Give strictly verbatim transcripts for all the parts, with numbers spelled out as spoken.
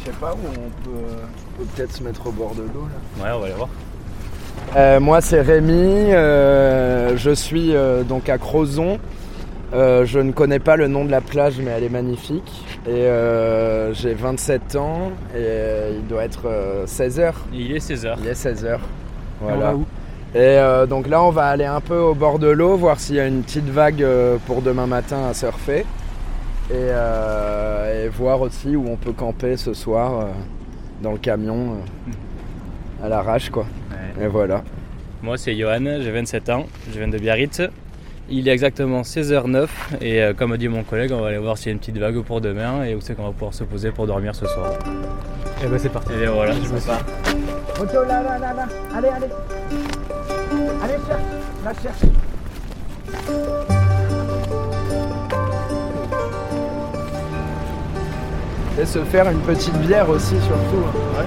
Je sais pas où on peut, on peut peut-être se mettre au bord de l'eau là. Ouais, on va aller voir. Euh, moi c'est Rémi, euh, je suis euh, donc à Crozon. Euh, je ne connais pas le nom de la plage mais elle est magnifique. Et euh, j'ai vingt-sept ans et euh, il doit être euh, seize heures. Il est seize heures. Il est seize heures. Voilà. Et, on va où ? Et euh, donc là on va aller un peu au bord de l'eau, voir s'il y a une petite vague euh, pour demain matin à surfer. Et, euh, et voir aussi où on peut camper ce soir euh, dans le camion euh, à l'arrache quoi. Ouais. Et voilà. Moi c'est Johan, j'ai vingt-sept ans, je viens de Biarritz. Il est exactement seize heures zéro neuf et euh, comme a dit mon collègue, on va aller voir s'il y a une petite vague pour demain et où c'est qu'on va pouvoir se poser pour dormir ce soir. Et ben c'est parti. Et voilà, je me pas. Ok là là là là, allez allez. Allez cherche, la cherche. Et se faire une petite bière aussi surtout.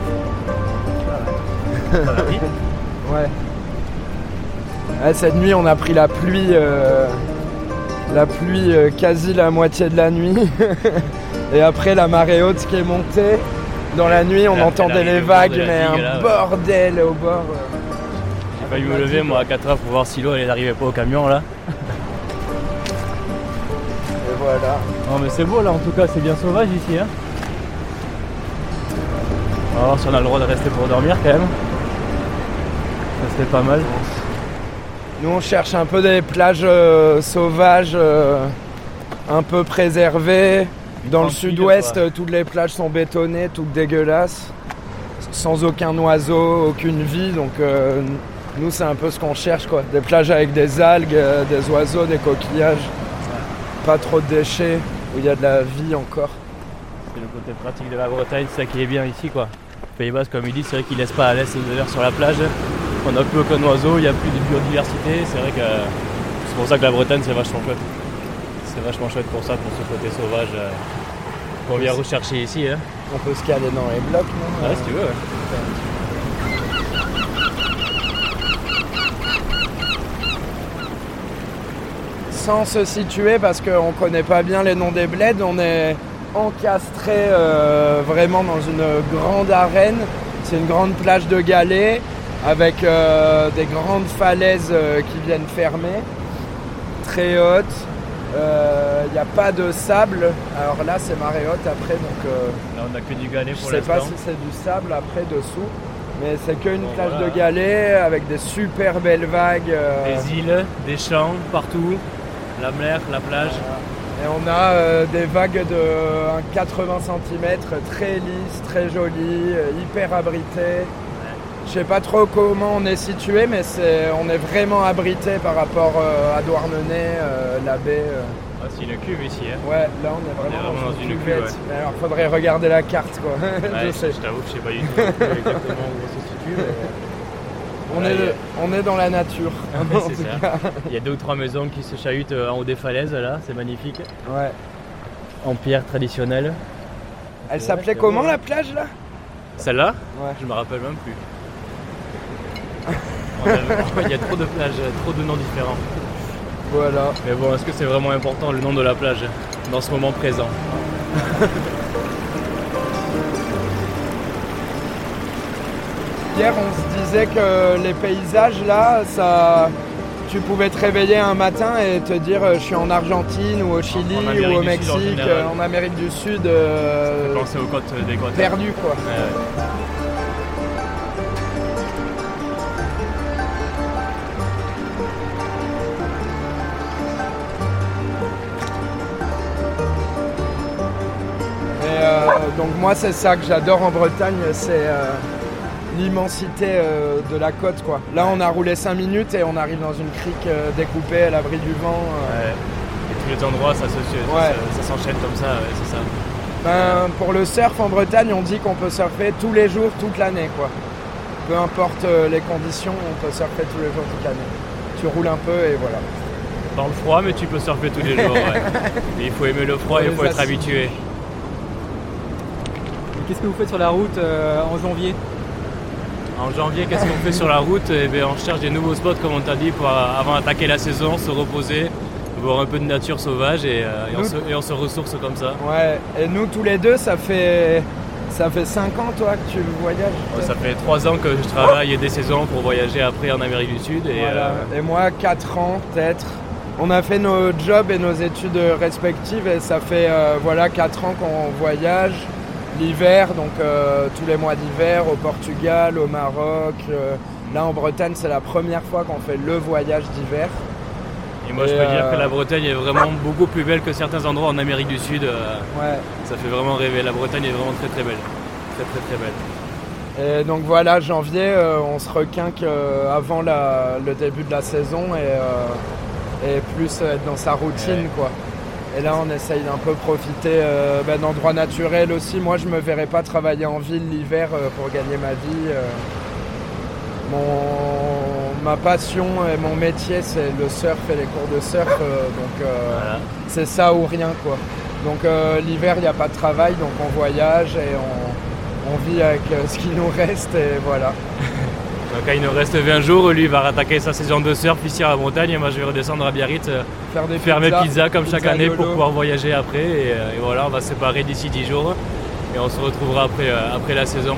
Ouais. Ouais. Ouais. Cette nuit on a pris la pluie, euh, la pluie euh, quasi la moitié de la nuit. Et après la marée haute qui est montée. Dans la nuit on entendait les vagues mais un là, bordel ouais. Au bord. Euh, J'ai failli me lever moi à quatre heures pour voir si l'eau elle n'arrivait pas au camion là. Et voilà. Non mais c'est beau là en tout cas, c'est bien sauvage ici hein. On va voir si on a le droit de rester pour dormir quand même. Ça serait pas mal. Nous on cherche un peu des plages euh, sauvages, euh, un peu préservées. Dans le sud-ouest, quoi. Toutes les plages sont bétonnées, toutes dégueulasses, sans aucun oiseau, aucune vie. Donc euh, nous c'est un peu ce qu'on cherche quoi. Des plages avec des algues, euh, des oiseaux, des coquillages, ouais. Pas trop de déchets, où il y a de la vie encore. C'est le côté pratique de la Bretagne, c'est ça qui est bien ici quoi. Pays Basque, comme il dit, c'est vrai qu'il laisse pas à l'aise ses odeurs sur la plage. On n'a plus aucun oiseau, il n'y a plus de biodiversité. C'est vrai que c'est pour ça que la Bretagne c'est vachement chouette. C'est vachement chouette pour ça, pour ce côté sauvage euh, qu'on vient rechercher ici. Hein. On peut se caler dans les blocs, non ? Ouais, si tu veux. Ouais. Sans se situer, parce qu'on connaît pas bien les noms des bleds, on est encastré euh, vraiment dans une grande arène. C'est une grande plage de galets avec euh, des grandes falaises euh, qui viennent fermer, très hautes. Il euh, n'y a pas de sable, alors là c'est marée haute après donc euh, là on n'a que du galet pour l'instant. Je sais pas si c'est du sable après dessous, mais c'est qu'une bon, plage voilà. De galets avec des super belles vagues. Euh... Des îles, des champs partout, la mer, la plage. Voilà. Et on a euh, des vagues de quatre-vingts centimètres, très lisses, très jolies, hyper abritées. Je sais pas trop comment on est situé, mais c'est, on est vraiment abrité par rapport euh, à Douarnenez, euh, la baie. Euh. Ah, c'est une cuve ici, hein. Ouais, là on est vraiment, on est vraiment dans, dans une une cuvette. cuve. Ouais. Alors faudrait regarder la carte, quoi. Ouais, je sais. Je t'avoue que je sais pas du tout exactement où on se situe. Mais... On, voilà, est, a... on est dans la nature. Ouais, c'est ça. Cas. Il y a deux ou trois maisons qui se chahutent en haut des falaises, là, c'est magnifique. Ouais. En pierre traditionnelle. Elle s'appelait comment la plage là ? Celle-là ? Ouais. Je me rappelle même plus. Il y a trop de plages, trop de noms différents. Voilà. Mais bon, est-ce que c'est vraiment important le nom de la plage dans ce moment présent ? Hier, on se disait que les paysages là, ça, tu pouvais te réveiller un matin et te dire je suis en Argentine ou au Chili ou au Mexique, Sud, en, en Amérique du Sud. Euh, penser aux côtes d'Équateur. Perdu quoi. Ouais, ouais. Donc moi c'est ça que j'adore en Bretagne, c'est euh, l'immensité euh, de la côte quoi. Là on a roulé cinq minutes et on arrive dans une crique euh, découpée à l'abri du vent. Euh. Ouais. Et tous les endroits ça, se, ouais. ça, ça s'enchaîne comme ça, ouais, c'est ça. Ben, pour le surf en Bretagne on dit qu'on peut surfer tous les jours, toute l'année quoi. Peu importe euh, les conditions, on peut surfer tous les jours, toute l'année. Tu roules un peu et voilà. Dans le froid mais tu peux surfer tous les jours. Ouais. Mais il faut aimer le froid et il faut être habitué. Qu'est-ce que vous faites sur la route euh, en janvier ? En janvier, qu'est-ce qu'on fait sur la route ? Eh bien, on cherche des nouveaux spots, comme on t'a dit, pour, avant d'attaquer la saison, se reposer, voir un peu de nature sauvage et, euh, et, on, se, et on se ressource comme ça. Ouais, et nous tous les deux, ça fait Ça fait cinq ans toi que tu voyages? Ouais, ça fait trois ans que je travaille des saisons pour voyager après en Amérique du Sud. Et, voilà. euh... et moi quatre ans peut-être. On a fait nos jobs et nos études respectives et ça fait euh, voilà quatre ans qu'on voyage l'hiver, donc euh, tous les mois d'hiver au Portugal, au Maroc. Euh, là en Bretagne c'est la première fois qu'on fait le voyage d'hiver. Et moi et je peux euh... dire que la Bretagne est vraiment beaucoup plus belle que certains endroits en Amérique du Sud. Euh, ouais. Ça fait vraiment rêver, la Bretagne est vraiment très très belle. Très très très belle. Et donc voilà, janvier, euh, on se requinque euh, avant la, le début de la saison et... Euh, et plus être dans sa routine ouais. quoi. Et là on essaye d'un peu profiter euh, bah, d'endroits naturels aussi. Moi je me verrais pas travailler en ville l'hiver euh, pour gagner ma vie. Euh, mon, ma passion et mon métier c'est le surf et les cours de surf, euh, donc euh, voilà. C'est ça ou rien quoi. Donc euh, l'hiver il n'y a pas de travail, donc on voyage et on, on vit avec euh, ce qui nous reste et voilà. Donc il nous reste vingt jours, lui il va rattaquer sa saison de surf ici à la Bretagne et moi je vais redescendre à Biarritz faire, des faire pizzas, mes pizzas comme pizza chaque année Lolo. Pour pouvoir voyager après et, et voilà, on va se séparer d'ici dix jours et on se retrouvera après, euh, après la saison.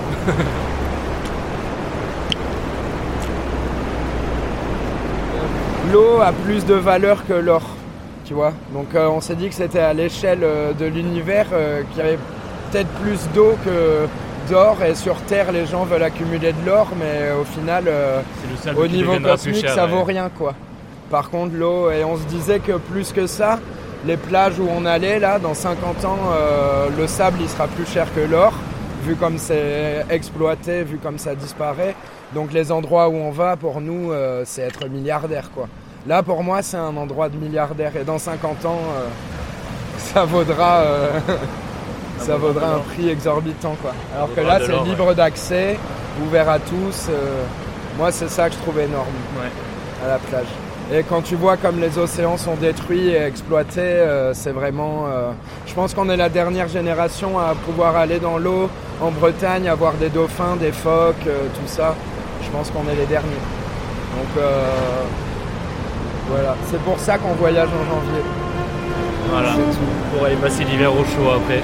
L'eau a plus de valeur que l'or, tu vois. Donc euh, on s'est dit que c'était à l'échelle euh, de l'univers euh, qu'il y avait peut-être plus d'eau que d'or et sur Terre les gens veulent accumuler de l'or mais au final euh, au niveau cosmique cher, ça ouais. vaut rien quoi. Par contre l'eau, et on se disait que plus que ça, les plages où on allait là dans cinquante ans euh, le sable il sera plus cher que l'or vu comme c'est exploité, vu comme ça disparaît. Donc les endroits où on va pour nous euh, c'est être milliardaire quoi. Là pour moi c'est un endroit de milliardaire et dans cinquante ans euh, ça vaudra euh, ça vaudra un prix exorbitant quoi. Alors que là c'est libre ouais. d'accès, ouvert à tous. Euh, moi c'est ça que je trouve énorme ouais. à la plage. Et quand tu vois comme les océans sont détruits et exploités, euh, c'est vraiment... Euh, je pense qu'on est la dernière génération à pouvoir aller dans l'eau en Bretagne, avoir des dauphins, des phoques, euh, tout ça. Je pense qu'on est les derniers. Donc euh, voilà, c'est pour ça qu'on voyage en janvier. Voilà, pour aller passer l'hiver au chaud après.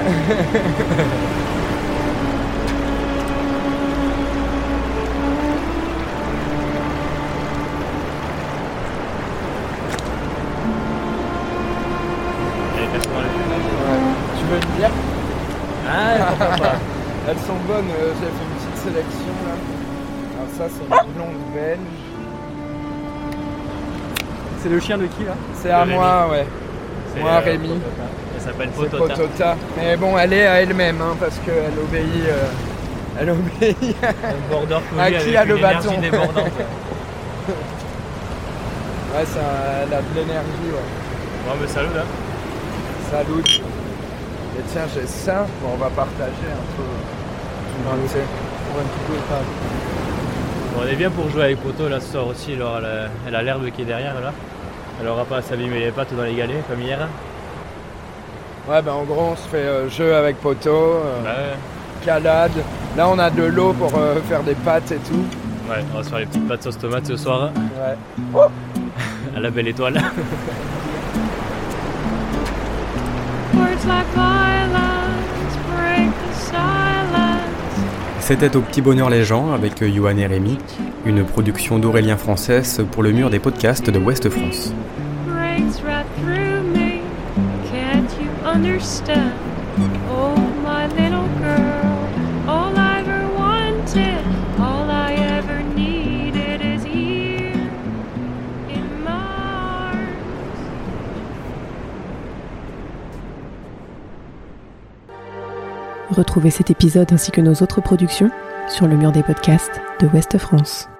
Ouais. Tu veux une bière? Ah, pourquoi pas. Elles sont bonnes, euh, j'ai fait une petite sélection là. Alors ça c'est une blonde belge. C'est le chien de qui là? C'est à Rémi. Moi, ouais. C'est moi, euh, Rémi. Potota. Elle s'appelle Potota. Potota. Mais bon, elle est à elle-même, hein, parce qu'elle obéit. Euh, elle obéit. Un border à qui a le bâton? Ouais, ça, elle a de l'énergie, ouais. Bon, mais salut là. Salut. Et tiens, j'ai ça. Bon, on va partager un peu. Tu vois, tu sais. On va un petit peu pas. Bon, on est bien pour jouer avec Poto là ce soir aussi. Alors, elle, a, elle a l'herbe qui est derrière là. Elle aura pas à s'abîmer les pattes dans les galets comme hier. Ouais, ben en gros, on se fait euh, jeu avec Poto, euh, bah ouais. calade. Là, on a de l'eau pour euh, faire des pâtes et tout. Ouais, on va se faire les petites pâtes sauce tomate ce soir. Ouais. Oh à la belle étoile. C'était au Petit Bonheur les gens avec Yoann et Rémi, une production d'Aurélien Française pour le mur des podcasts de Ouest France. Retrouvez cet épisode ainsi que nos autres productions sur le mur des podcasts de Ouest France.